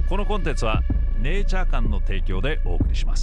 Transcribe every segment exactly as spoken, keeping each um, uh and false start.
このコンテンツはネイチャー館の提供でお送りします。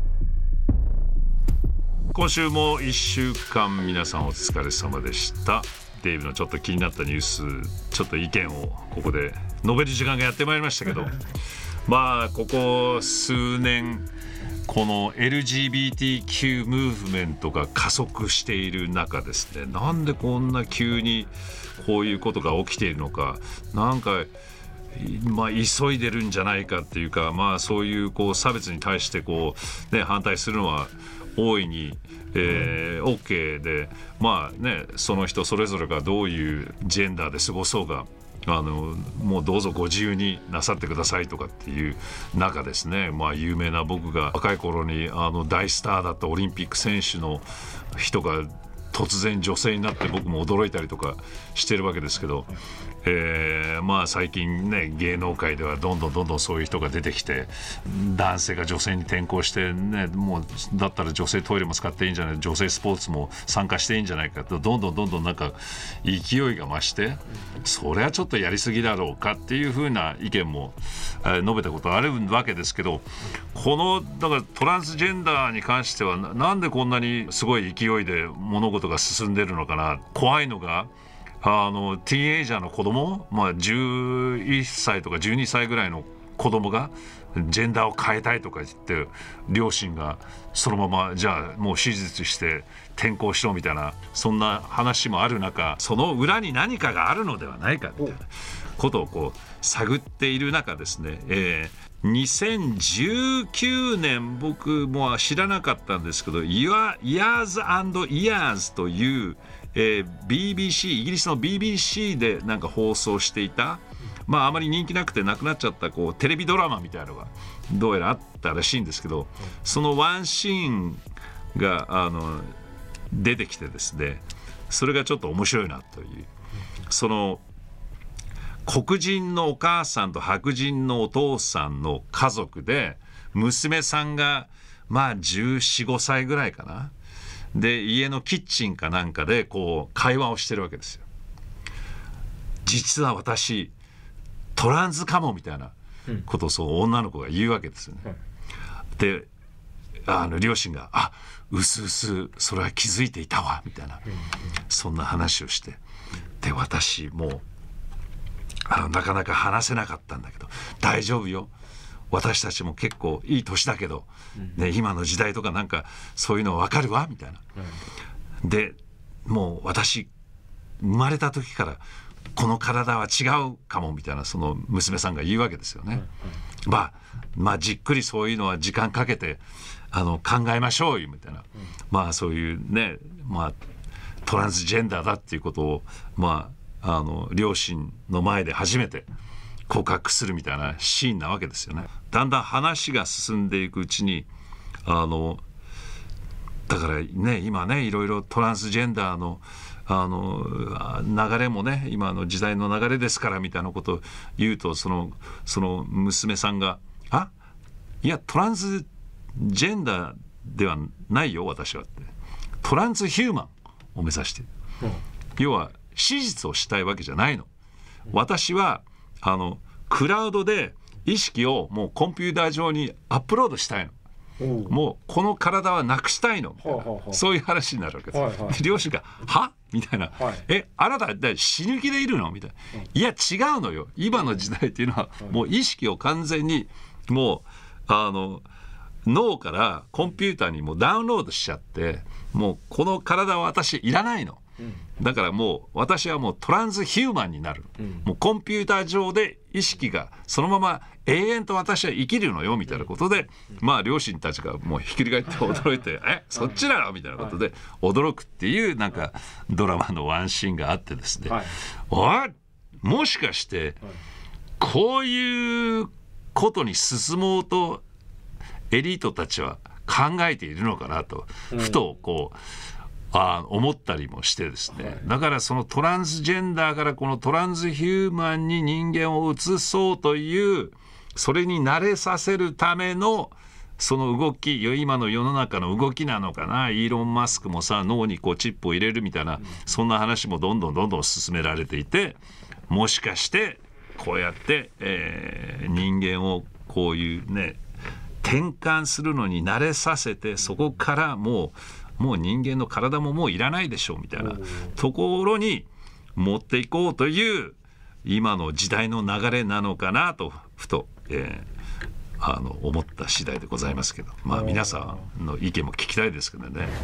今週もいっしゅうかん皆さんお疲れ様でした。デイブのちょっと気になったニュース、ちょっと意見をここで述べる時間がやってまいりましたけどまあここ数年この エルジービーティーキュー ムーブメントが加速している中ですね、なんでこんな急にこういうことが起きているのか、なんかまあ急いでるんじゃないかっていうか、まあそういうこう差別に対してこうね反対するのは大いにえー、OK で、まあねその人それぞれがどういうジェンダーで過ごそうがあのもうどうぞご自由になさってくださいとかっていう中ですね、まあ有名な僕が若い頃にあの大スターだったオリンピック選手の人が突然女性になって僕も驚いたりとかしてるわけですけど、えー、まあ最近ね芸能界ではどんどんどんどんそういう人が出てきて、男性が女性に転向してね、もうだったら女性トイレも使っていいんじゃない、女性スポーツも参加していいんじゃないかと、どんどんどんどんなんか勢いが増して、それはちょっとやりすぎだろうかっていうふうな意見も、えー、述べたことあるわけですけど、このだからトランスジェンダーに関しては な, なんでこんなにすごい勢いで物事が進んでるのかな。怖いのがあのティーンエイジャーの子供、まあ、じゅういっさいとかじゅうにさいぐらいの子供がジェンダーを変えたいとか言って両親がそのままじゃあもう手術して転校しろみたいな、そんな話もある中、その裏に何かがあるのではないかみたいなことをこう探っている中ですね、えー、にせんじゅうきゅうねん僕も知らなかったんですけど Years and Years という、えー、ビービーシー イギリスの ビービーシー でなんか放送していた、まああまり人気なくてなくなっちゃったこうテレビドラマみたいなのがどうやらあったらしいんですけど、そのワンシーンがあの出てきてですね、それがちょっと面白いなという、その黒人のお母さんと白人のお父さんの家族で、娘さんがまあじゅうよん、ごさいぐらいかな、で家のキッチンかなんかでこう会話をしてるわけですよ。実は私トランスかもみたいなことをそう女の子が言うわけですよね。であの両親があうすうすそれは気づいていたわみたいな、そんな話をして、で私もうあのなかなか話せなかったんだけど大丈夫よ、私たちも結構いい年だけど、ね、今の時代とかなんかそういうの分かるわみたいな、でもう私生まれた時からこの体は違うかもみたいな、その娘さんが言うわけですよね。まあまあじっくりそういうのは時間かけてあの考えましょうよみたいな、まあそういうね、まあトランスジェンダーだっていうことをまああの両親の前で初めて告白するみたいなシーンなわけですよね。だんだん話が進んでいくうちにあのだからね今ねいろいろトランスジェンダーのあの流れもね今の時代の流れですからみたいなことを言うと、そのその娘さんがあいやトランスジェンダーではないよ私はって、トランスヒューマンを目指している、うん、要は史実をしたいわけじゃないの。私はあのクラウドで意識をもうコンピューター上にアップロードしたいの。もうこの体はなくしたいのみたいな、はあはあ、そういう話になるわけです、はいはい、で両親がはみたいな、はい、えあなた死ぬ気でいるのみたいな、うん、いや違うのよ、今の時代っていうのはもう意識を完全にもうあの脳からコンピューターにもうダウンロードしちゃって、もうこの体は私いらないの、うん、だからもう私はもうトランスヒューマンになる、うん、もうコンピューター上で意識がそのまま永遠と私は生きるのよみたいなことで、まあ両親たちがもうひっくり返って驚いてえそっちなのみたいなことで驚くっていうなんかドラマのワンシーンがあってですね、あもしかしてこういうことに進もうとエリートたちは考えているのかなとふとこうあ思ったりもしてですね、だからそのトランスジェンダーからこのトランスヒューマンに人間を移そうというそれに慣れさせるためのその動き、今の世の中の動きなのかな。イーロン・マスクもさ脳にこうチップを入れるみたいな、そんな話もどんどんどんどん進められていて、もしかしてこうやって、えー、人間をこういうね転換するのに慣れさせて、そこからもうもう人間の体ももういらないでしょうみたいなところに持っていこうという今の時代の流れなのかなとふと、えー、あの思った次第でございますけど、まあ皆さんの意見も聞きたいですけどね。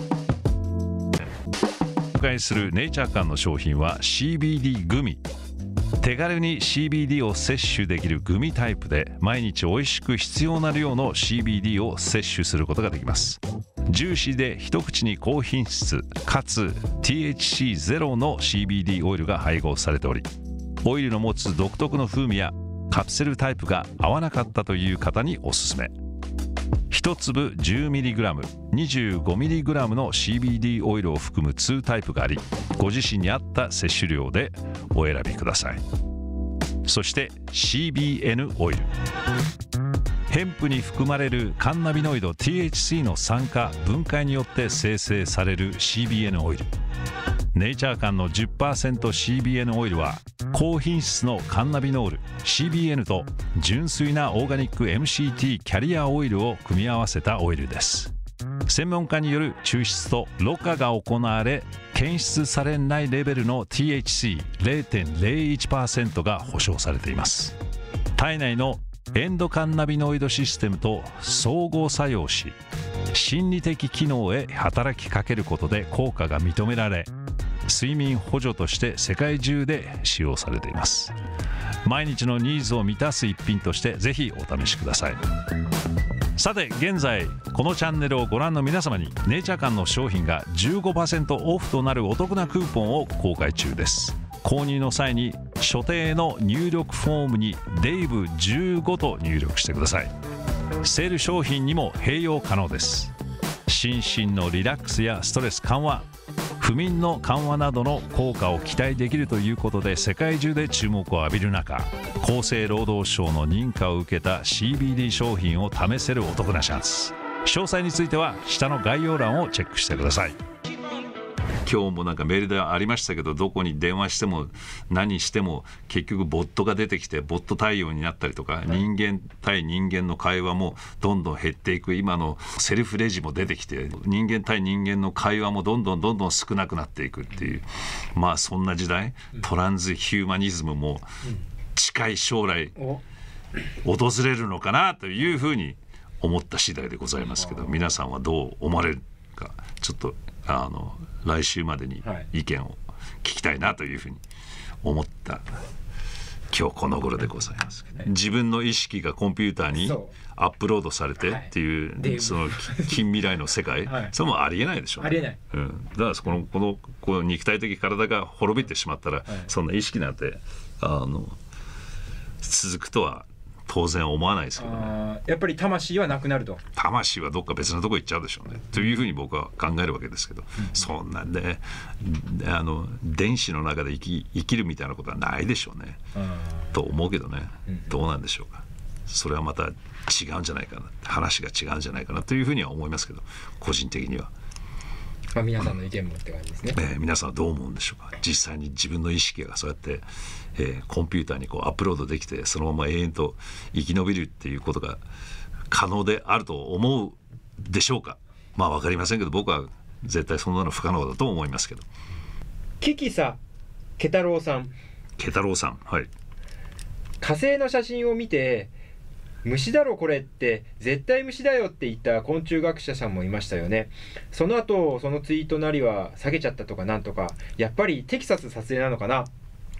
紹介するネイチャー館の商品は シービーディー グミ。手軽に シービーディー を摂取できるグミタイプで、毎日おいしく必要な量の シービーディー を摂取することができます。ジューシーで一口に高品質かつ ティーエイチシーゼロ の シービーディー オイルが配合されており、オイルの持つ独特の風味やカプセルタイプが合わなかったという方におすすめ。いち粒 じゅうミリグラム、にじゅうごミリグラム の シービーディー オイルを含むにタイプがあり、ご自身に合った摂取量でお選びください。そして シービーエヌ オイル。ヘンプに含まれるカンナビノイド ティーエイチシー の酸化分解によって生成される シービーエヌ オイル。ネイチャー館の じゅっパーセントシービーエヌ オイルは高品質のカンナビノール シービーエヌ と純粋なオーガニック エムシーティー キャリアオイルを組み合わせたオイルです。専門家による抽出とろ過が行われ、検出されないレベルの ティーエイチシーゼロてんゼロいちパーセント が保証されています。体内のエンドカンナビノイドシステムと相互作用し、心理的機能へ働きかけることで効果が認められ、睡眠補助として世界中で使用されています。毎日のニーズを満たす一品としてぜひお試しください。さて現在このチャンネルをご覧の皆様にネイチャー館の商品が じゅうごパーセント オフとなるお得なクーポンを公開中です。購入の際に所定の入力フォームに デイブじゅうご と入力してください。セール商品にも併用可能です。心身のリラックスやストレス緩和、不眠の緩和などの効果を期待できるということで世界中で注目を浴びる中、厚生労働省の認可を受けた シービーディー 商品を試せるお得なチャンス。詳細については下の概要欄をチェックしてください。今日もなんかメールでありましたけど、どこに電話しても何しても結局ボットが出てきてボット対応になったりとか、人間対人間の会話もどんどん減っていく、今のセルフレジも出てきて人間対人間の会話もどんどんどんどん少なくなっていくっていう、まあそんな時代、トランスヒューマニズムも近い将来訪れるのかなというふうに思った次第でございますけど、皆さんはどう思われるか、ちょっとあの来週までに意見を聞きたいなというふうに思った今日この頃でございます。自分の意識がコンピューターにアップロードされてっていう、その近未来の世界、それもありえないでしょうね。 ありえない、 うん、だからこのこのこの肉体的体が滅びてしまったら、そんな意識なんてあの続くとは当然思わないですけどね。 あ、やっぱり魂はなくなると。 魂はどっか別のとこ行っちゃうでしょうねというふうに僕は考えるわけですけど、うん、そんなんであの電子の中で生き、生きるみたいなことはないでしょうねと思うけどね、うん、どうなんでしょうか。それはまた違うんじゃないかな、話が違うんじゃないかなというふうには思いますけど、個人的には。 まあ、皆さんの意見もって感じですね。 えー、皆さんはどう思うんでしょうか。実際に自分の意識がそうやって、えー、コンピューターにこうアップロードできて、そのまま永遠と生き延びるっていうことが可能であると思うでしょうか。まあ分かりませんけど、僕は絶対そんなの不可能だと思いますけど。 キキサケタロウさん。 ケタロウさん、はい。 火星の写真を見て、虫だろこれって絶対虫だよって言った昆虫学者さんもいましたよね。その後そのツイートなりは下げちゃったとかなんとか、やっぱりテキサス撮影なのかな。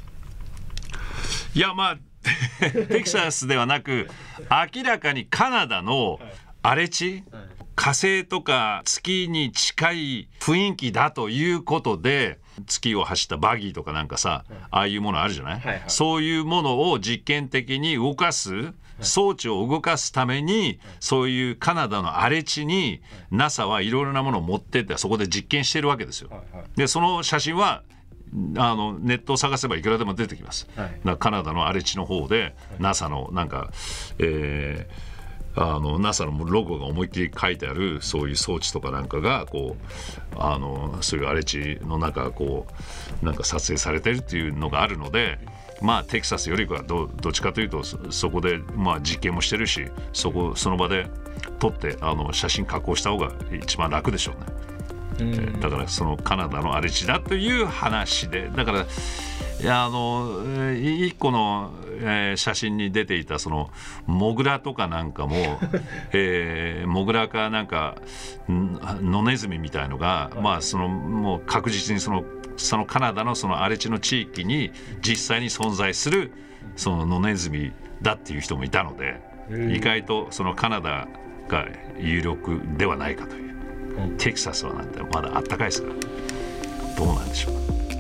いやまあテキサスではなく、明らかにカナダの荒れ地、はいはい、火星とか月に近い雰囲気だということで、月を走ったバギーとかなんかさ、はい、ああいうものあるじゃない、はいはい、そういうものを実験的に動かす装置を動かすために、そういうカナダの荒れ地に ナサ はいろいろなものを持ってって、そこで実験してるわけですよ。でその写真はあのネットを探せばいくらでも出てきます。だからカナダの荒れ地の方で ナサ のなんか、えー、あの ナサ のロゴが思いっきり書いてあるそういう装置とかなんかがこうあのそういう荒れ地の中こうなんか撮影されてるっていうのがあるので、 まあテキサスよりかは ど, どっちかというと そ, そこでまあ実験もしてるし、そこその場で撮ってあの写真加工した方が一番楽でしょうね。うん、だからそのカナダの荒れ地だという話で、だからいやあの一個の、えー、写真に出ていたそのモグラとかなんかも、えー、モグラかなんか野ネズミみたいのが、まあそのもう確実にそのそのカナダのその荒れ地の地域に実際に存在するその野ネズミだっていう人もいたので、意外とそのカナダが有力ではないかという。テキサスはなんてまだあったかいですから、どうなんでしょう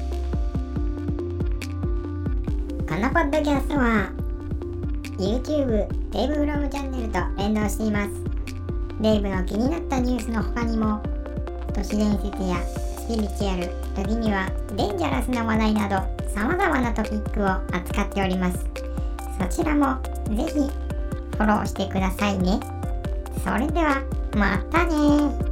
か。 このポッドキャストは YouTube デイブフロムチャンネルと連動しています。デイブの気になったニュースの他にも、都市伝説やスピリチュアル、時にはデンジャラスな話題など様々なトピックを扱っております。そちらもぜひフォローしてくださいね。それではまたね。